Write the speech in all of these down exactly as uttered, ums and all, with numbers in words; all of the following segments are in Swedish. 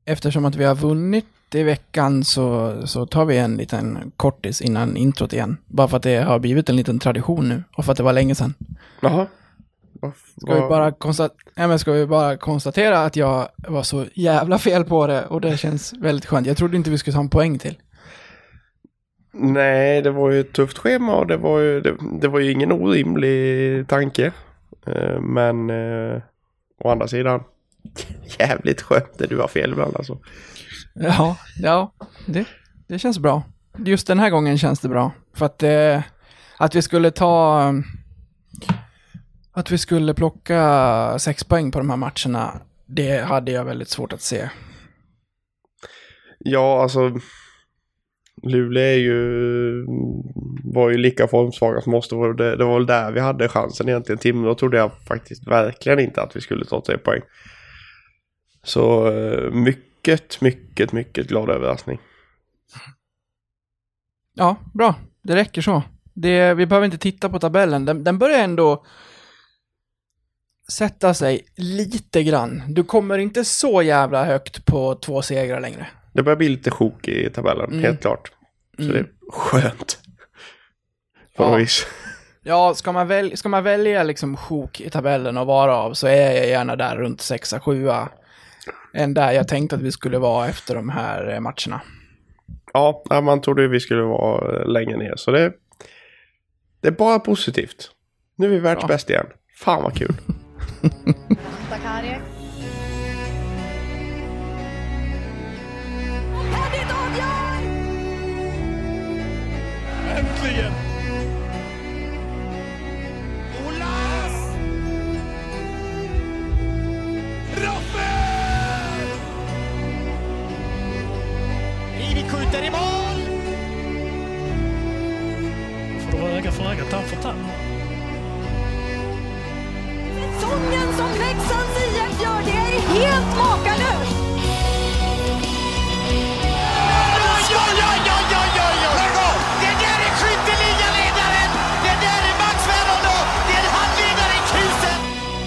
eftersom att vi har vunnit i veckan så, så tar vi en liten kortis innan introt igen. Bara för att det har blivit en liten tradition nu. Och för att det var länge sedan. Jaha. Ska vi, bara konsta- ja, men ska vi bara konstatera att jag var så jävla fel på det. Och det känns väldigt skönt. Jag trodde inte vi skulle ta en poäng till. Nej, det var ju ett tufft schema och det var ju, det, det var ju ingen orimlig tanke. Uh, men uh, å andra sidan, jävligt skönt när du har fel ibland alltså. Ja, ja det, det känns bra. Just den här gången känns det bra. För att, uh, att vi skulle ta... Att vi skulle plocka sex poäng på de här matcherna, det hade jag väldigt svårt att se. Ja, alltså... Luleå är ju, var ju lika formsvaga som måste vara. Det, det var väl där vi hade chansen egentligen. Timrå trodde jag faktiskt verkligen inte att vi skulle ta tre poäng. Så mycket, mycket, mycket glad överraskning. Ja, bra. Det räcker så. Det, vi behöver inte titta på tabellen. Den, den börjar ändå sätta sig lite grann. Du kommer inte så jävla högt på två segrar längre. Det börjar bli lite sjok i tabellen, mm. helt klart. Så mm. det är skönt. På ja. vis. Ja, ska man, väl, ska man välja liksom sjok i tabellen och vara av så är jag gärna där runt sexa, sjua. Än där jag tänkte att vi skulle vara efter de här matcherna. Ja, man trodde vi skulle vara längre ner. Så det, det är bara positivt. Nu är vi världsbäst igen. Fan vad kul. Äntligen! Olas! Raffel! Rivik skjuter i mål! Får du öga för öga, tand för tand. Säsongen som Leksands I F gör, det är helt makalöst! Ja, ja, ja, ja, ja, ja! Det där är skytteligaledaren! Det där är Max Verano! Det är handledaren i krisen!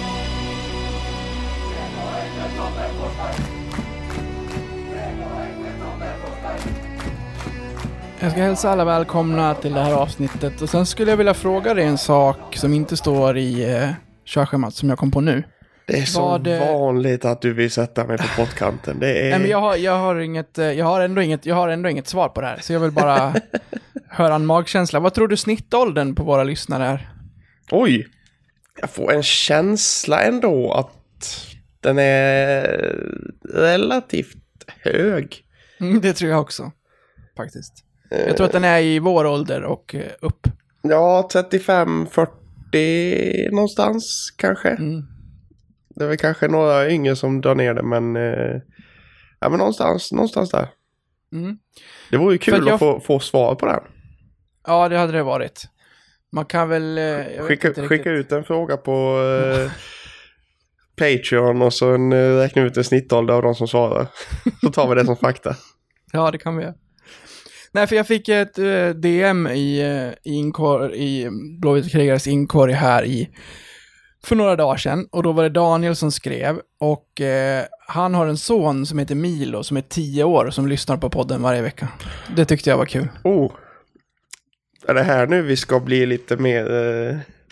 Jag ska hälsa alla välkomna till det här avsnittet. Och sen skulle jag vilja fråga dig en sak som inte står i eh, körschemat som jag kom på nu. Det är så det... vanligt att du vill sätta mig på pottkanten. Det är... Nej, men jag har, jag har inget, jag har ändå inget, jag har ändå inget svar på det här. Så jag vill bara höra en magkänsla. Vad tror du snittåldern på våra lyssnare är? Oj, jag får en känsla ändå att den är relativt hög. Mm, det tror jag också, faktiskt. Jag tror att den är i vår ålder och upp. Ja, trettiofem fyrtio någonstans kanske. Mm. Det är väl kanske några yngre som drar ner det, men eh, ja, men någonstans, någonstans där. Mm. Det vore ju kul att, jag... att få, få svar på det. Ja, det hade det varit. Man kan väl... Eh, skicka, skicka ut en fråga på eh, Patreon och så en, eh, räkna ut en snittålder av de som svarar. Så tar vi det som fakta. Ja, det kan vi göra. Nej, för jag fick ett uh, D M i, uh, i, inkor, i Blåvita krigares inkorg här i för några dagar sedan. Och då var det Daniel som skrev. Och uh, han har en son som heter Milo som är tio år som lyssnar på podden varje vecka. Det tyckte jag var kul. Oh, är det här nu vi ska bli lite mer... Uh...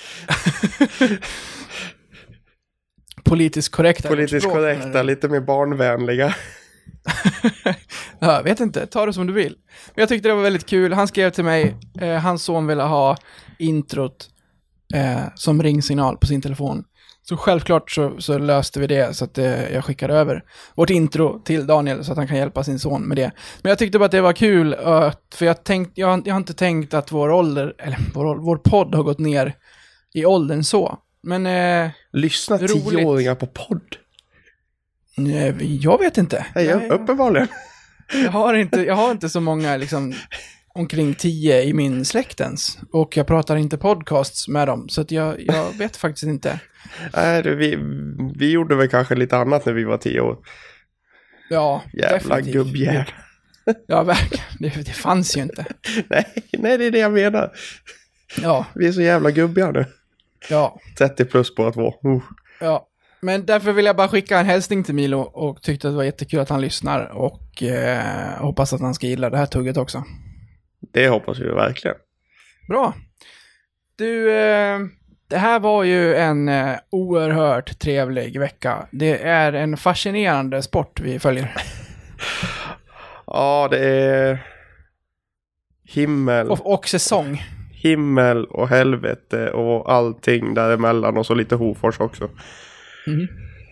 Politiskt korrekta. Politiskt korrekta, lite mer barnvänliga. Jag vet inte, ta det som du vill. Men jag tyckte det var väldigt kul. Han skrev till mig, eh, hans son ville ha introt eh, som ringsignal på sin telefon. Så självklart så, så löste vi det så att eh, jag skickade över vårt intro till Daniel så att han kan hjälpa sin son med det. Men jag tyckte bara att det var kul uh, för jag, tänkt, jag, jag har inte tänkt att vår ålder, eller vår, vår podd har gått ner i åldern så. Men eh, lyssna tioåringar på podd. Nej, jag vet inte. Nej, jag, uppenbarligen. Jag har inte, jag har inte så många liksom omkring tio i min släktens. Och jag pratar inte podcasts med dem. Så att jag, jag vet faktiskt inte. Nej, vi, vi gjorde väl kanske lite annat när vi var tio år. Ja, jävla gubbjävel. Ja, verkligen. Det, det fanns ju inte. nej, nej, det är det jag menar. Ja. Vi är så jävla gubbiga nu. Ja. trettio plus på två. Uh. Ja. Men därför vill jag bara skicka en hälsning till Milo och tyckte att det var jättekul att han lyssnar och eh, hoppas att han ska gilla det här tugget också. Det hoppas vi verkligen. Bra. Du, eh, det här var ju en eh, oerhört trevlig vecka. Det är en fascinerande sport vi följer. Ja, det är himmel. Och, och säsong. Himmel och helvete och allting däremellan och så lite Hofors också. Mm.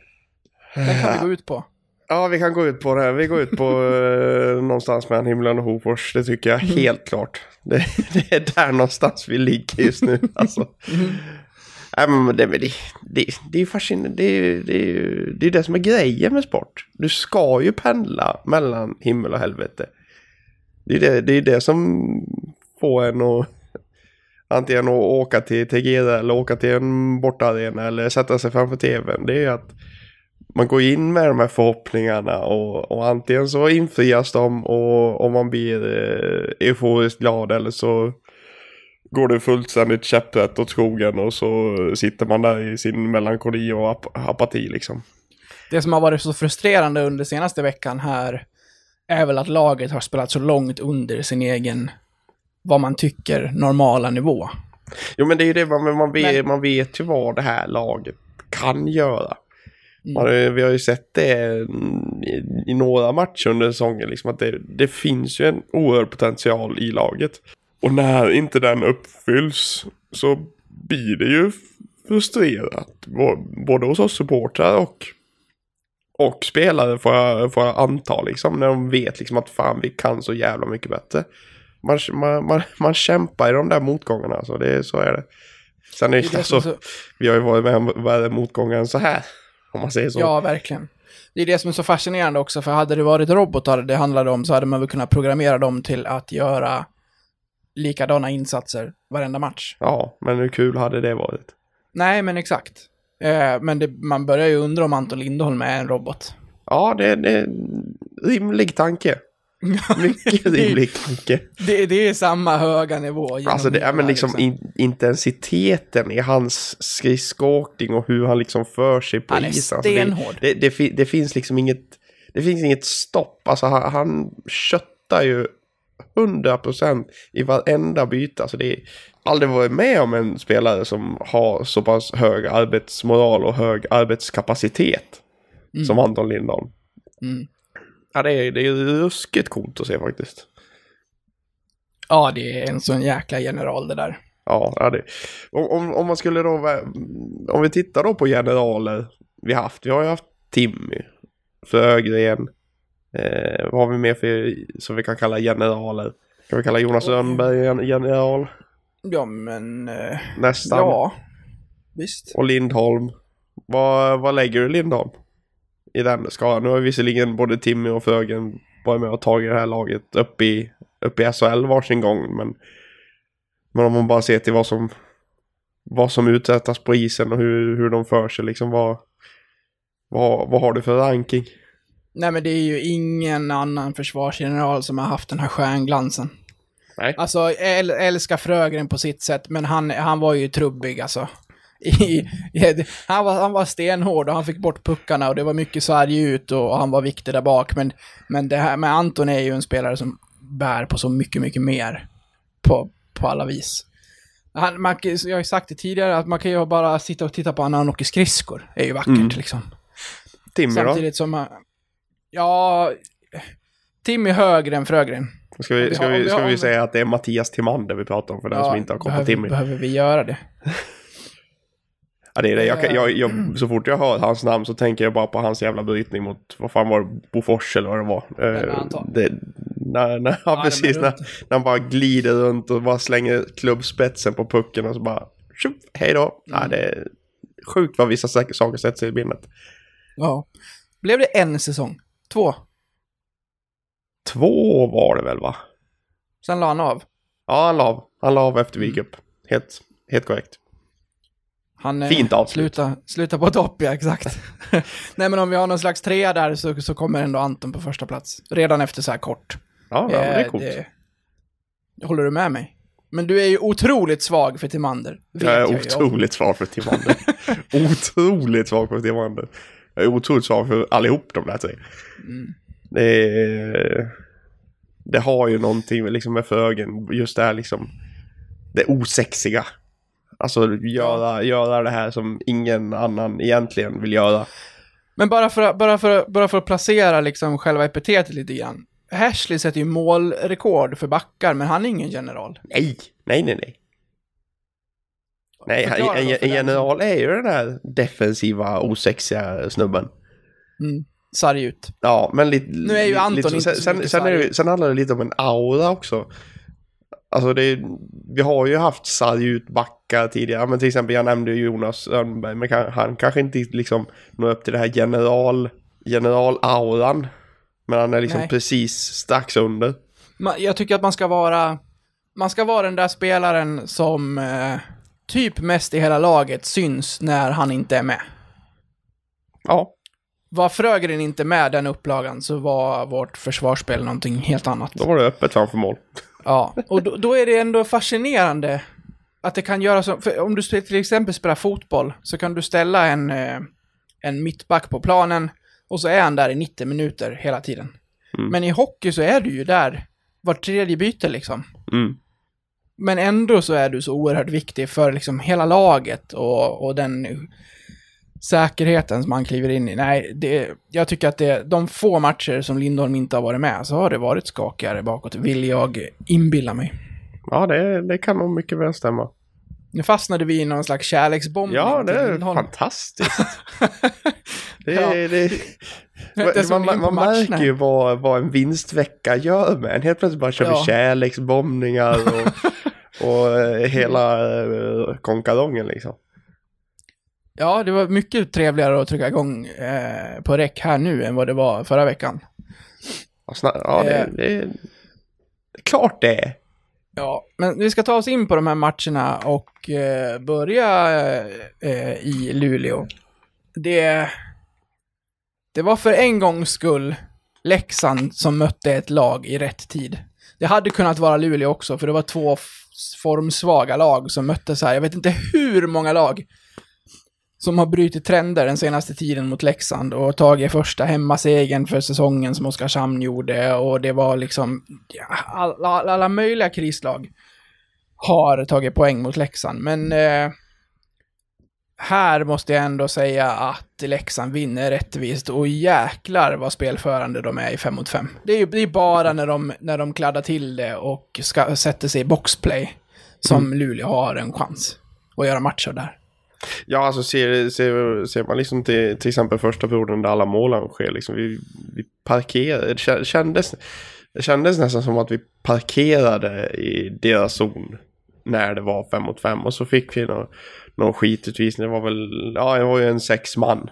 Den kan vi gå ut på. Ja, vi kan gå ut på det här. Vi går ut på eh, någonstans mellan himlen och Hofors. Det tycker jag Mm. helt klart. Det, det är där någonstans vi ligger just nu. Alltså. Mm. Nej, men det, det, det, det är fascinerande. Det, det, det är det som är grejen med sport. Du ska ju pendla mellan himmel och helvete. Det är det, det, är det som får en att antingen att åka till T G R eller åka till en bortaarena eller sätta sig framför tvn. Det är att man går in med de här förhoppningarna och, och antingen så infrias de och, och man blir eh, euforiskt glad eller så går det fullständigt käpprätt åt skogen och så sitter man där i sin melankoli och ap- apati liksom. Det som har varit så frustrerande under senaste veckan här är väl att laget har spelat så långt under sin egen, vad man tycker, normala nivå. Jo, men det är ju det, man, man, vet, Men- man vet ju vad det här laget kan göra. Mm. Man, har- vi har ju sett det i, i några matcher under säsongen liksom, att det, det finns ju en oerhörd potential i laget. Och när inte den uppfylls så blir det ju frustrerat. Bå- Både hos oss supportrar och, och spelare får jag, får jag anta liksom, när de vet liksom att fan vi kan så jävla mycket bättre. Man, man, man, man kämpar i de där motgångarna, alltså det, så är det. Sen är Det är det, det som alltså, är så- vi har ju varit med om värre motgångar än så här, om man säger så. Ja, verkligen. Det är det som är så fascinerande också, för hade det varit robotar det handlade om så hade man väl kunnat programmera dem till att göra likadana insatser varenda match. Ja, men hur kul hade det varit? Nej, men exakt. Eh, men det, man börjar ju undra om Anton Lindholm är en robot. Ja, det, det är en rimlig tanke. Mycket rimlig tanke. Det, det är samma höga nivå. genom Alltså det är hela, men liksom in, intensiteten i hans skridskoåkning och hur han liksom för sig på Han är isen. Alltså det, stenhård. det, det, fi- det finns liksom inget det finns inget stopp. Alltså han, han köttar ju hundra procent i varenda byte. Alltså det är aldrig varit med om en spelare som har så pass hög arbetsmoral och hög arbetskapacitet Mm. som Anton Lindholm. Mm. Ja, det är, det är ruskigt coolt att se faktiskt. Ja, det är en sån jäkla general det där. Ja, ja det. Om, om, om man skulle då, om vi tittar då på generaler vi haft. Vi har ju haft Timmy, Frögren. Eh, vad har vi mer för som vi kan kalla generaler? Kan vi kalla Jonas Rönnberg en general? Ja, men... Eh, Nästan. ja, visst. Och Lindholm. Vad, vad lägger du Lindholm i den skalan? Nu har visserligen både Timmy och Frögren varit med och tagit det här laget upp i, upp i S H L varsin gång. Men, men om man bara ser till vad som vad som uträttas på isen och hur, hur de för sig, liksom vad, vad, vad har du för ranking? Nej, men det är ju ingen annan försvarsgeneral som har haft den här stjärnglansen. Nej. Alltså, jag äl- älskar Frögren på sitt sätt, men han, han var ju trubbig alltså. I, i, han, var, han var stenhård och han fick bort puckarna och det var mycket sarg ut och, och han var viktig där bak. Men, men det här med Anton är ju en spelare som bär på så mycket, mycket mer på, på alla vis. Han, man, jag har ju sagt det tidigare att man kan ju bara sitta och titta på när han åker skridskor. Det är ju vackert Mm. liksom. Timmy då? Samtidigt som man, ja, Timmy högre än Frögren. Ska vi, vi ska har- vi, vi ska har- vi säga att det är Mattias Timander vi pratar om för den Ja, som inte har koll på behöver, Timmy? behöver vi göra det? Ja, det är det. Jag, kan- jag, jag, så fort jag hör hans namn så tänker jag bara på hans jävla brytning mot, vad fan var det, Bofors eller vad det var. när Eh, han tar. det, när, när, ja, men precis, när, runt. när han bara glider runt och bara slänger klubbspetsen på pucken och så bara, tjup, hej då. Mm. Ja, det är sjukt vad vissa sak- saker sätter sig i minnet. Ja. Blev det en säsong? Två? Två var det väl, va? Sen la han av. Ja, han la av. Han la av efter vi gick Mm. upp. Helt, helt korrekt. Han, eh, Fint avslut. Sluta, sluta på topp, ja, exakt. Nej, men om vi har någon slags trea där så, så kommer ändå Anton på första plats. Redan efter så här kort. Ja, ja men det är Eh, coolt. det- Håller du med mig? Men du är ju otroligt svag för Timander. Vet Jag är jag ju om. otroligt svar för Timander. otroligt svag för Stefan Anders. Jag är otroligt svag för allihop de där tre. Mm. Det, är, det har ju någonting liksom med Fögen, just det här liksom, det osexiga. Alltså göra, göra det här som ingen annan egentligen vill göra. Men bara för, bara för, bara för att placera liksom själva epitetet lite grann. Ashley sätter ju målrekord för backar, men han är ingen general. Nej, nej, nej, nej. Nej, en, en, en general är ju den här defensiva, osexiga snubben. Mm, sarg ut. Ja, men lite... Nu är ju Anton lite, inte sen, sen, sen, är det, sen handlar det lite om en aura också. Alltså det, vi har ju haft sarg ut backar tidigare. Men till exempel, jag nämnde Jonas Örnberg, men kan, han kanske inte liksom når upp till det här general, general-auran. Men han är liksom Nej. precis strax under. Jag tycker att man ska vara... Man ska vara den där spelaren som... Eh, typ mest i hela laget syns när han inte är med. Ja. Var Frögren inte med den upplagan så var vårt försvarsspel någonting helt annat. Då var det öppet framför mål. Ja, och då, då är det ändå fascinerande att det kan göra så. För om du till exempel spelar fotboll så kan du ställa en, en mittback på planen och så är han där i nittio minuter hela tiden. Mm. Men i hockey så är du ju där var tredje byte liksom. Mm. Men ändå så är du så oerhört viktig för liksom hela laget och, och den säkerheten som man kliver in i. Nej, det, jag tycker att det, de få matcher som Lindholm inte har varit med så har det varit skakigare bakåt, vill jag inbilla mig. Ja, det, det kan nog mycket väl stämma. Nu fastnade vi i någon slags kärleksbombning. Ja, det är Lindholm. Fantastiskt. det, ja. det, det, man man, man märker ju vad, vad en vinstvecka gör med en. Helt plötsligt bara kör ja. vi kärleksbombningar och, och hela uh, konkarongen liksom. Ja, det var mycket trevligare att trycka igång eh, på räck här nu än vad det var förra veckan. Ja, det, eh, det, det är klart det är. Ja, men vi ska ta oss in på de här matcherna och eh, börja eh, i Luleå. Det, det var för en gångs skull Leksand som mötte ett lag i rätt tid. Det hade kunnat vara Luleå också, för det var två f- formsvaga lag som möttes här. Jag vet inte hur många lag som har brutit trender den senaste tiden mot Leksand och tagit första hemmasegen för säsongen som Oskarshamn gjorde, och det var liksom ja, alla, alla möjliga krislag har tagit poäng mot Leksand, men eh, här måste jag ändå säga att Leksand vinner rättvist, och jäklar vad spelförande de är i fem mot fem. Det är ju det är bara när de, när de kladdar till det och ska, sätter sig i boxplay som mm. Luleå har en chans att göra matcher där. Ja, alltså ser, ser, ser man liksom till, till exempel första perioden där alla målen sker, liksom, vi, vi parkerade, det kändes, det kändes nästan som att vi parkerade i deras zon när det var fem mot fem, och så fick vi någon, någon skitutvisning. Det var väl, ja, det var ju en sex man.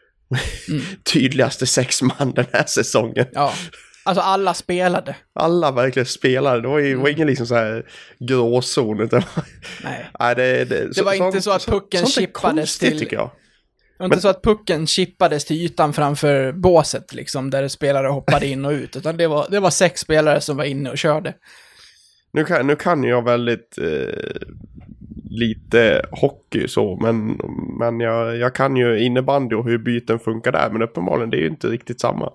Mm. Tydligaste sex man den här säsongen. Ja. Alltså alla spelade. Alla verkligen spelade. Det var, ju, mm. var ingen liksom så här gråzon. Utan, nej. nej det, det, det var så, inte så att pucken så, chippades till... tycker jag. Det var inte Men, så att pucken chippades till ytan framför båset liksom, där spelare hoppade in och ut. Utan det var, det var sex spelare som var inne och körde. Nu kan, nu kan jag väldigt eh, lite hockey så, men, men jag, jag kan ju innebandy och hur byten funkar där. Men uppenbarligen det är ju inte riktigt samma.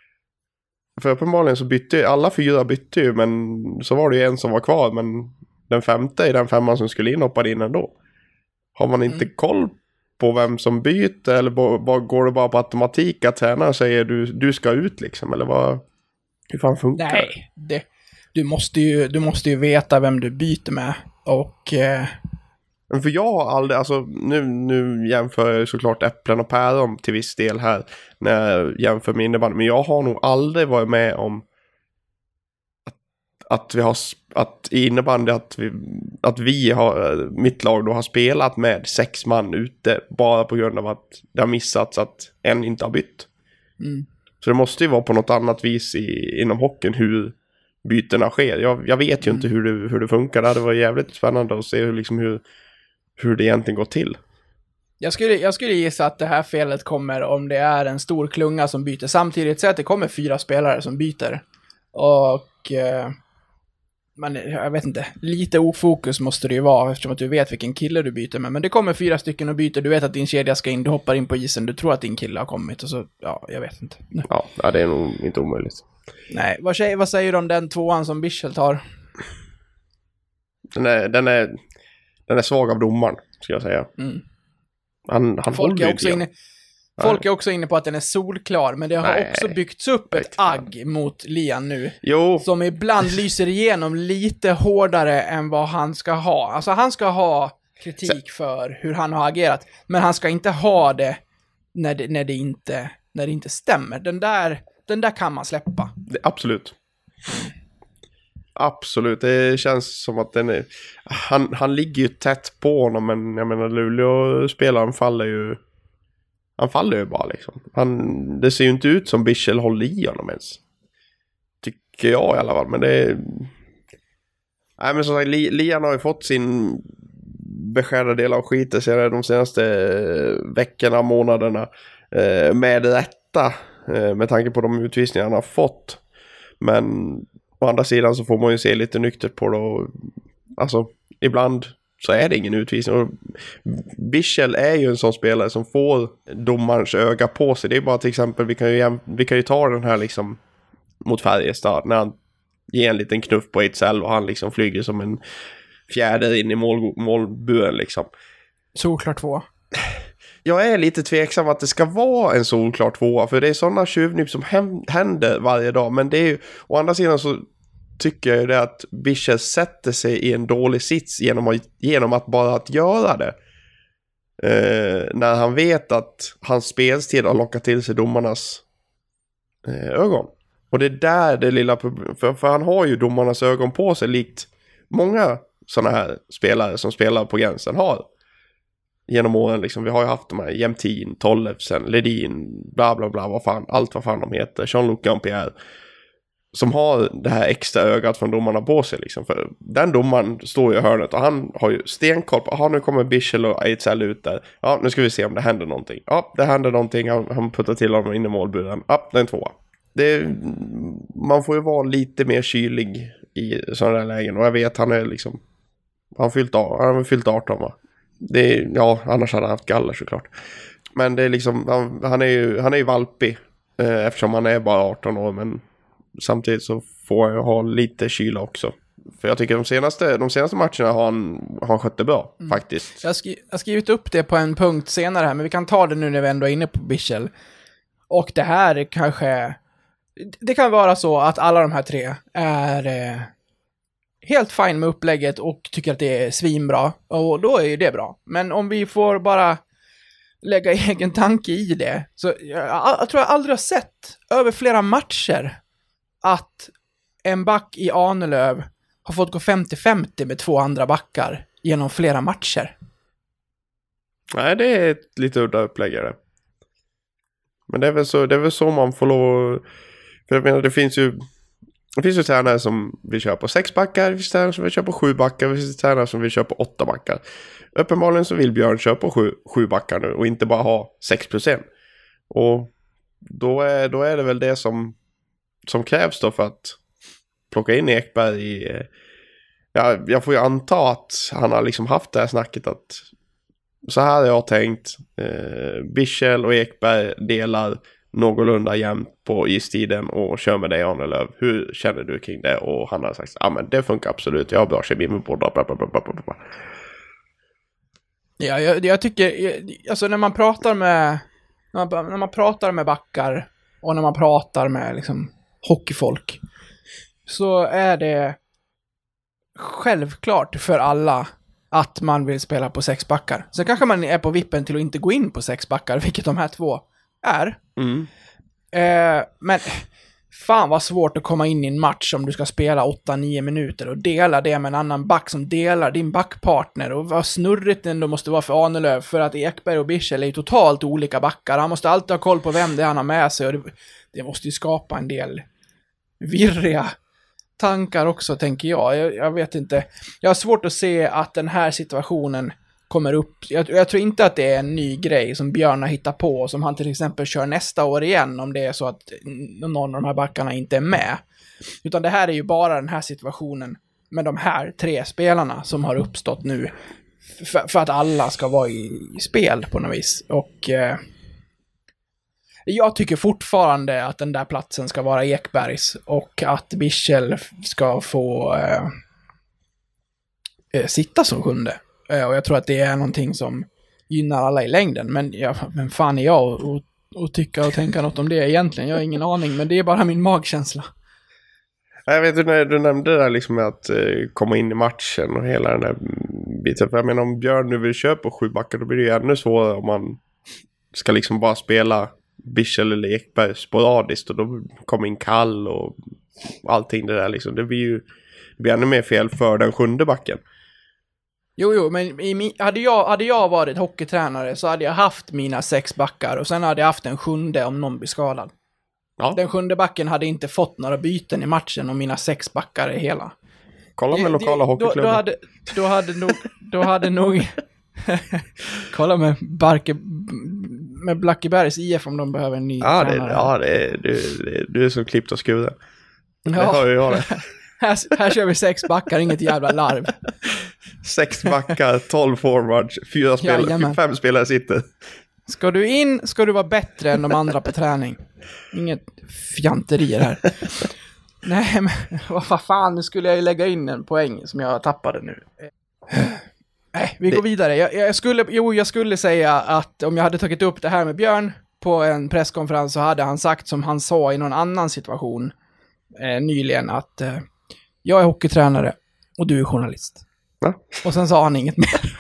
För uppenbarligen så bytte alla fyra bytte ju, men så var det ju en som var kvar, men den femte i den femman som skulle in hoppade in ändå. Har man inte mm. koll på vem som byter, eller b- går det bara på automatik att tränaren säger du, du ska ut liksom, eller vad, hur fan funkar det? Nej, det, du, måste ju, du måste ju veta vem du byter med, och... Eh... För jag har aldrig, alltså nu, nu jämför jag såklart äpplen och päron till viss del här när jag jämför med innebandy, men jag har nog aldrig varit med om att, att vi har, att i innebandy att vi, att vi har, mitt lag då har spelat med sex man ute bara på grund av att det har missats att en inte har bytt. Mm. Så det måste ju vara på något annat vis i, inom hockeyn hur bytena sker. Jag, jag vet ju mm. inte hur det, hur det funkar. Det var jävligt spännande att se hur, liksom hur hur det egentligen går till. Jag skulle, jag skulle gissa att det här felet kommer om det är en stor klunga som byter. Samtidigt så att det kommer fyra spelare som byter. Och eh, man, jag vet inte, lite ofokus måste det ju vara eftersom att du vet vilken kille du byter med. Men det kommer fyra stycken och byter, du vet att din kedja ska in, du hoppar in på isen, du tror att din kille har kommit och så, ja, jag vet inte. Ja, ja det är nog inte omöjligt. Nej, vad säger, vad säger du om den tvåan som Bichel tar? Den är, den är, den är svag av domaren, ska jag säga. Mm. Han, han Folk är också inne. inne... Folk är också inne på att den är solklar, men det har Nej. också byggts upp ett agg mot Lian nu. Jo. Som ibland lyser igenom lite hårdare än vad han ska ha. Alltså han ska ha kritik för hur han har agerat, men han ska inte ha det när det, när det, inte, när det inte stämmer. Den där, den där kan man släppa. Det, absolut. Absolut, det känns som att den är... Han, han ligger ju tätt på honom, men jag menar Luleå-spelaren faller ju... Han faller ju bara liksom. Han, det ser ju inte ut som Bichel håller i honom ens. Tycker jag i alla fall. Men det är... Nej men som sagt, Lian har ju fått sin beskärda del av skiten sedan de senaste veckorna, månaderna. Eh, med rätta. Eh, med tanke på de utvisningar han har fått. Men å andra sidan så får man ju se lite nyktert på det. Och, alltså, ibland... så är det ingen utvisning. Och Bichel är ju en sån spelare som får domarens öga på sig. Det är bara till exempel, vi kan ju, vi kan ju ta den här liksom mot Färjestad när han ger en liten knuff på Ejdsell och han liksom flyger som en fjärde in i mål, målburen liksom. Solklart två. Jag är lite tveksam att det ska vara en solklar tvåa, för det är sådana tjuvnyp som händer varje dag. Men det är ju, å andra sidan så tycker jag ju det att Bichel sätter sig i en dålig sits genom att, genom att bara att göra det. Eh, när han vet att hans spelstid har lockat till sig domarnas eh, ögon. Och det är där det lilla problemet, för, för han har ju domarnas ögon på sig likt många sådana här spelare som spelar på gränsen har. Genom åren liksom, vi har ju haft de här Jämtin, Tollefsen, Ledin, bla bla bla, vad fan, allt vad fan de heter, Jean-Luc Gampier, som har det här extra ögat från domarna på sig liksom. För den domaren står i hörnet och han har ju stenkoll på, aha, nu kommer Bichel och Ejdsell ut där. Ja, nu ska vi se om det händer någonting. Ja, det händer någonting, han, han puttar till honom in i målburen. Ja, den tvåa. Det, man får ju vara lite mer kylig i sådana där lägen. Och jag vet, han är liksom, han har fyllt, han har fyllt arton va. Det är, ja, annars hade han haft galler såklart. Men det är liksom, han, han är ju, han är ju valpig eh, eftersom han är bara arton år, men samtidigt så får jag ha lite kyla också. För jag tycker de senaste, de senaste matcherna har han, har han skött det bra, mm. faktiskt. Jag har, skri- jag har skrivit upp det på en punkt senare här, men vi kan ta det nu när vi ändå är inne på Bichel. Och det här kanske... Det kan vara så att alla de här tre är eh, helt fine med upplägget och tycker att det är svinbra. Och då är ju det bra. Men om vi får bara lägga egen tanke i det. Så jag, jag tror jag aldrig har sett över flera matcher att en back i Ahnelöv har fått gå femtio femtio med två andra backar genom flera matcher. Nej, det är ett lite udda uppläggare. Men det är väl så, det är väl så man får lov. För jag menar, det finns ju det finns ju tränare som vill köra på sex backar, det finns tränare som vill köra på sju backar, det finns tränare som vill köra på åtta backar. Uppenbarligen så vill Björn köra på sju, sju backar nu och inte bara ha sex plus en. Och då är, då är det väl det som som krävs då för att plocka in Ekberg i... Ja, jag får ju anta att han har liksom haft det här snacket att så här har jag tänkt. Eh, Bichel och Ekberg delar någorlunda jämnt på istiden och kör med dig Ahnelöv. Hur känner du kring det? Och han har sagt, ja men det funkar absolut. Jag har bra kemi med båda. Bla, bla, bla, bla, bla. Ja, jag, jag tycker, alltså när man pratar med när man, när man pratar med backar och när man pratar med liksom hockeyfolk, så är det självklart för alla att man vill spela på sex backar. Sen kanske man är på vippen till att inte gå in på sex backar, vilket de här två är. Mm. Eh, men fan vad svårt att komma in i en match om du ska spela åtta nio minuter och dela det med en annan back som delar din backpartner, och vad snurrigt det ändå måste vara för Ahnelöv, för att Ekberg och Bichel är ju totalt olika backar. Han måste alltid ha koll på vem det är han har med sig, och det, det måste ju skapa en del virriga tankar också, tänker jag. jag. Jag vet inte. Jag har svårt att se att den här situationen kommer upp. Jag, jag tror inte att det är en ny grej som Björn har hittat på, som han till exempel kör nästa år igen om det är så att någon av de här backarna inte är med. Utan det här är ju bara den här situationen med de här tre spelarna som har uppstått nu för, för att alla ska vara i, i spel på något vis. Och eh, jag tycker fortfarande att den där platsen ska vara Ekbergs och att Bichel ska få eh, eh, sitta som sjunde. Eh, och jag tror att det är någonting som gynnar alla i längden. Men, ja, men fan är jag och, och, och tycka och tänka något om det egentligen? Jag har ingen aning, men det är bara min magkänsla. Jag vet, du, du nämnde det där liksom med att eh, komma in i matchen och hela den där biten. För jag menar, om Björn nu vill köpa sju backar, då blir det ju ännu svårare om man ska liksom bara spela Bichel eller Ekberg sporadiskt och då kommer in Kall och allting det där liksom. Det blir ju det blir ännu mer fel för den sjunde backen. Jo, jo, men i, hade, jag, hade jag varit hockeytränare så hade jag haft mina sex backar och sen hade jag haft en sjunde om någon blir skadad. Ja. Den sjunde backen hade inte fått några byten i matchen och mina sex backar är hela. Kolla med det, lokala det, hockeyklubbar. Då, då hade, då hade nog... Då hade nog kolla med Barke... Med Blackebergs I F om de behöver en ny ja, tränare. Det, ja, det är, du, det, du är som klippt och skuren. Ja. Det hör ju jag det. här, här kör vi sex backar, inget jävla larv. Sex backar, tolv forwards, fyra spelare, Jajamän. fem spelare sitter. Ska du in ska du vara bättre än de andra på träning. Inget fjanterier här. Nej, men vad fan, nu skulle jag ju lägga in en poäng som jag tappade nu. Nej, vi går vidare. Jag, jag, skulle, jo, jag skulle säga att om jag hade tagit upp det här med Björn på en presskonferens så hade han sagt som han sa i någon annan situation eh, nyligen att eh, jag är hockeytränare och du är journalist. Va? Och sen sa han inget mer.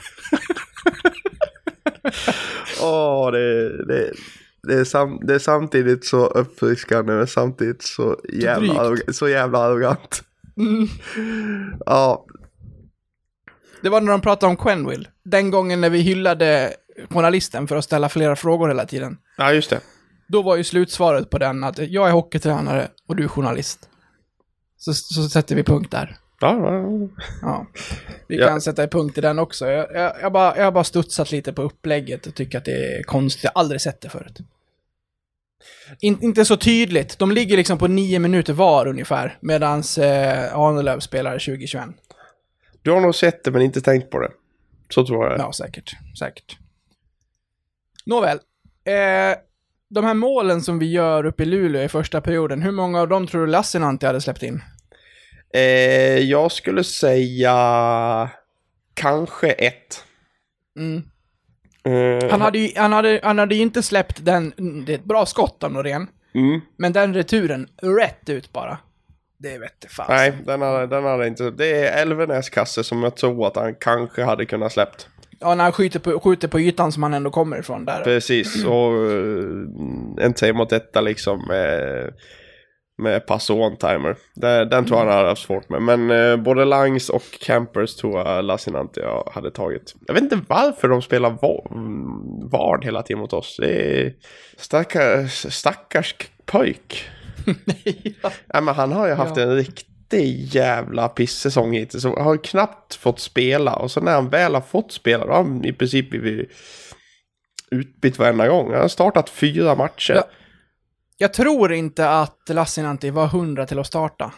Åh, oh, det, det, det, är sam, det är samtidigt så uppfriskande men samtidigt så jävla, arrog, så jävla arrogant. Mm. Ja. Det var när de pratade om Quenneville. Den gången när vi hyllade journalisten för att ställa flera frågor hela tiden. Ja, just det. Då var ju slutsvaret på den att jag är hockeytränare och du är journalist. Så, så sätter vi punkt där. Ja, ja. Ja. Vi Ja. kan sätta punkt i den också. Jag, jag, jag, bara, jag har bara studsat lite på upplägget och tycker att det är konstigt. Jag har aldrig sett det förut. In, inte så tydligt. De ligger liksom på nio minuter var ungefär. Medans eh, Arnelöv spelar tjugo tjugoett. Du har nog sett det men inte tänkt på det. Så tror jag. Ja, säkert. Säkert. Nåväl. Eh, de här målen som vi gör uppe i Luleå i första perioden. Hur många av dem tror du Lassinantti hade släppt in? Eh, jag skulle säga kanske ett. Mm. Eh, Han hade ju han hade, han hade ju inte släppt den. Det är ett bra skott av Norén. mm. Men den returen, rätt ut bara. Det vet fan. Nej, den hade, den hade inte. Det är Elvenäs kasse som jag tror att han kanske hade kunnat släppt. Ja, när han skjuter på, skjuter på ytan som han ändå kommer ifrån där. Precis, och uh, en tre mot detta liksom med, med pass och one-timer. Den, den tror jag han hade haft svårt med. Men uh, både Langs och Campers tror jag Lassinantti hade tagit. Jag vet inte varför de spelar va- vard hela tiden mot oss. Det är stackars, stackars pojk. Ja. Nej, men han har ju haft Ja. en riktig jävla pissäsong hittills. Så har knappt fått spela. Och så när han väl har fått spela, då har han i princip blivit utbytt varenda gång. Han har startat fyra matcher. Ja. Jag tror inte att Lassinantti var hundra till att starta.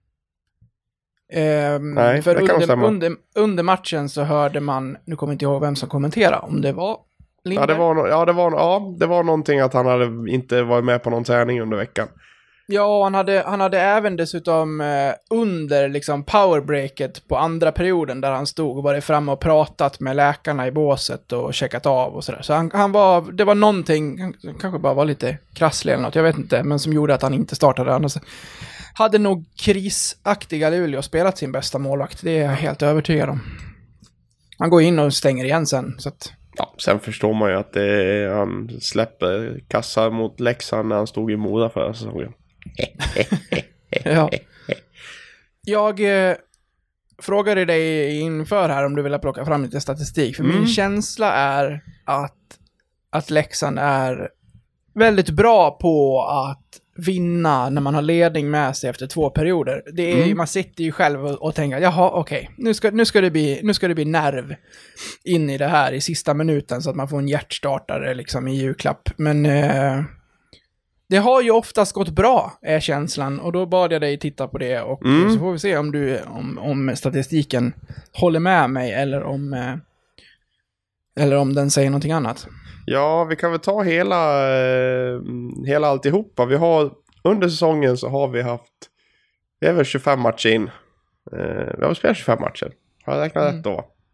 Ehm, Nej, för det kan under, stämma. under, under matchen så hörde man, nu kommer inte ihåg vem som kommenterade, om det var Lindberg. Ja, det var, no- ja, det var, ja, det var någonting att han hade inte varit med på någon träning under veckan. Ja, han hade, han hade även dessutom eh, under liksom powerbreaket på andra perioden där han stod och varit framme och pratat med läkarna i båset och checkat av och sådär. Så han, han var, det var någonting, han kanske bara var lite krasslig eller något, jag vet inte, men som gjorde att han inte startade. Annars hade nog krisaktiga Luleå spelat sin bästa målvakt, det är jag helt övertygad om. Han går in och stänger igen sen, så att... Ja, sen förstår man ju att det är, han släpper kassar mot Leksand när han stod i Mora förra säsongen. Ja. Jag eh, frågade dig inför här om du ville plocka fram lite statistik. För Mm. min känsla är att, att Leksand är väldigt bra på att vinna när man har ledning med sig efter två perioder. Det är, Mm. Man sitter ju själv och, och tänker, jaha okej, okay, nu, ska, nu, ska det bli, nu ska det bli nerv in i det här i sista minuten så att man får en hjärtstartare liksom i julklapp. Men... Eh, Det har ju oftast gått bra, är känslan. Och då bad jag dig titta på det. Och Mm. så får vi se om, du, om, om statistiken håller med mig. Eller om, eh, eller om den säger någonting annat. Ja, vi kan väl ta hela, eh, hela alltihopa. Vi har, under säsongen så har vi haft, det är väl tjugofem matcher in. Eh, vi har spelat tjugofem matcher. Har jag räknat Mm. rätt då?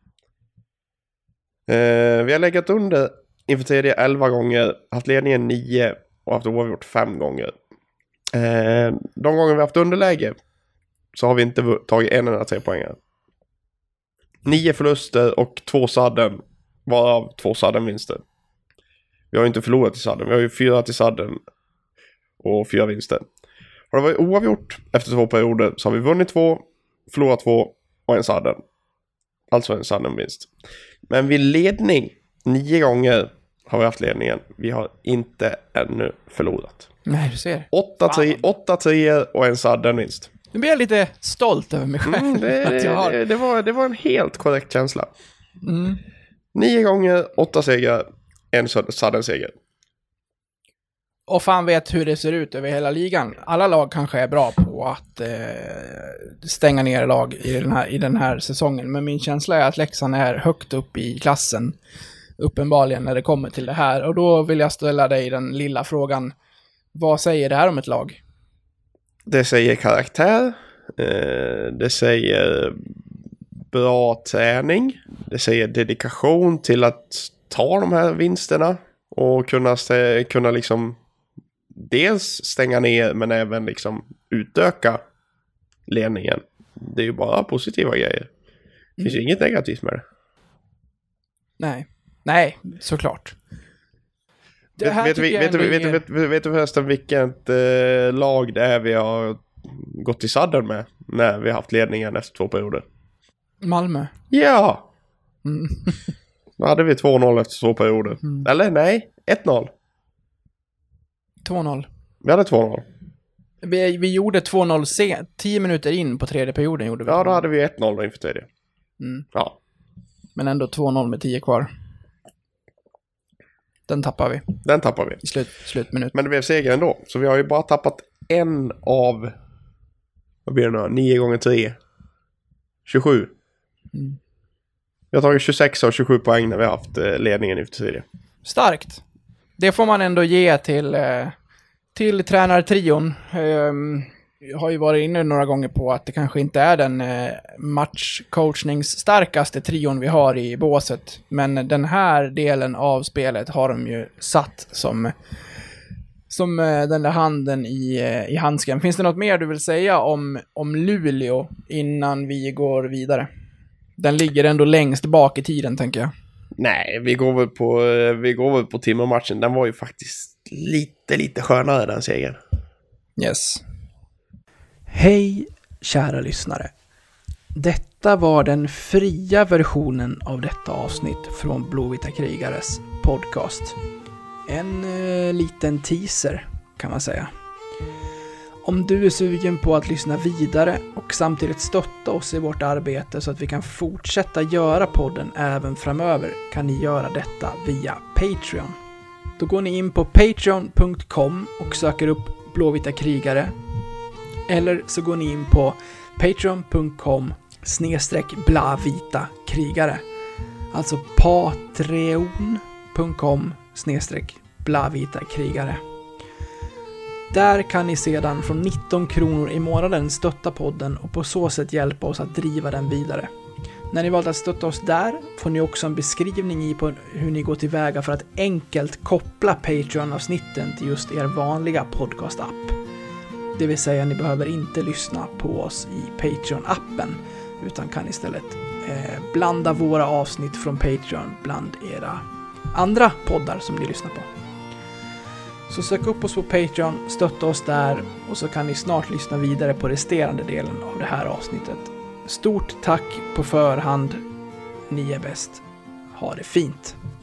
Eh, vi har legat under inför tredje elva gånger, haft ledningen nio och haft oavgjort fem gånger. Eh, de gånger vi har haft underläge så har vi inte v- tagit en enda tre poängare. Nio förluster och två sadden, varav två sadden-vinster. Vi har ju inte förlorat i sadden, vi har ju fyra till sadden och fyra vinster. Har det varit oavgjort efter två perioder så har vi vunnit två, förlorat två och en sadden. Alltså en sadden-vinst. Men vid ledning, nio gånger har vi haft ledningen. Vi har inte ännu förlorat. Nej, du ser. Åtta, tre, åtta treor och en sadden-vinst. Nu blir jag lite stolt över mig själv. Mm, det, att jag har... det, det, var, det var en helt korrekt känsla. Mm. Nio gånger, åtta segrar, en sadden-seger. Och fan vet hur det ser ut över hela ligan. Alla lag kanske är bra på att eh, stänga ner lag i den, här, i den här säsongen. Men min känsla är att Leksand är högt upp i klassen. Uppenbarligen när det kommer till det här. Och då vill jag ställa dig den lilla frågan. Vad säger det här om ett lag? Det säger karaktär. Eh, det säger bra träning. Det säger dedikation till att ta de här vinsterna. Och kunna, kunna liksom dels stänga ner men även liksom utöka ledningen. Det är ju bara positiva grejer. Det finns ju inget negativt med det. Nej, nej, såklart. Det här Vet, vet, tycker jag vet, ändå vet, är- vet, vet, vet du förresten vilket eh, lag det är vi har gått i sadden med när vi har haft ledningen efter två perioder? Malmö. Ja! Mm. Då hade vi två noll efter två perioder. Mm. Eller nej, ett noll. två noll. Vi hade två noll. Vi, vi gjorde två noll se- tio minuter in på tredje perioden gjorde vi. Ja, då hade vi ett noll inför tredje. Mm. Ja, Men ändå två noll med tio kvar. Den tappar vi den tappar vi. i slut, slutminut. Men det blev seger ändå. Så vi har ju bara tappat en av, vad blir det nu? nio gånger tre. tjugosju. Mm. Vi har tagit tjugosex av tjugosju poäng när vi har haft eh, ledningen inför tredje. Starkt. Det får man ändå ge till, eh, till tränartrion. Um, jag har ju varit inne några gånger på att det kanske inte är den eh, matchcoachningsstarkaste trion vi har i båset. Men den här delen av spelet har de ju satt som, som eh, den där handen i, eh, i handsken. Finns det något mer du vill säga om, om Luleå innan vi går vidare? Den ligger ändå längst bak i tiden, tänker jag. Nej, vi går väl på, eh, vi går väl på Timrå-matchen. Den var ju faktiskt lite, lite skönare den segern. Yes. Hej, kära lyssnare. Detta var den fria versionen av detta avsnitt från Blåvita krigares podcast. En eh, liten teaser, kan man säga. Om du är sugen på att lyssna vidare och samtidigt stötta oss i vårt arbete så att vi kan fortsätta göra podden även framöver, kan ni göra detta via Patreon. Då går ni in på patreon punkt com och söker upp Blåvita krigare. Eller så går ni in på patreon punkt com snedstreck blavita krigare. Alltså patreon punkt com snedstreck blavita krigare. Där kan ni sedan från nitton kronor i månaden stötta podden och på så sätt hjälpa oss att driva den vidare. När ni valt att stötta oss där får ni också en beskrivning i på hur ni går tillväga för att enkelt koppla Patreon-avsnitten till just er vanliga podcast-app. Det vill säga ni behöver inte lyssna på oss i Patreon-appen utan kan istället eh, blanda våra avsnitt från Patreon bland era andra poddar som ni lyssnar på. Så sök upp oss på Patreon, stötta oss där och så kan ni snart lyssna vidare på resterande delen av det här avsnittet. Stort tack på förhand. Ni är bäst. Ha det fint.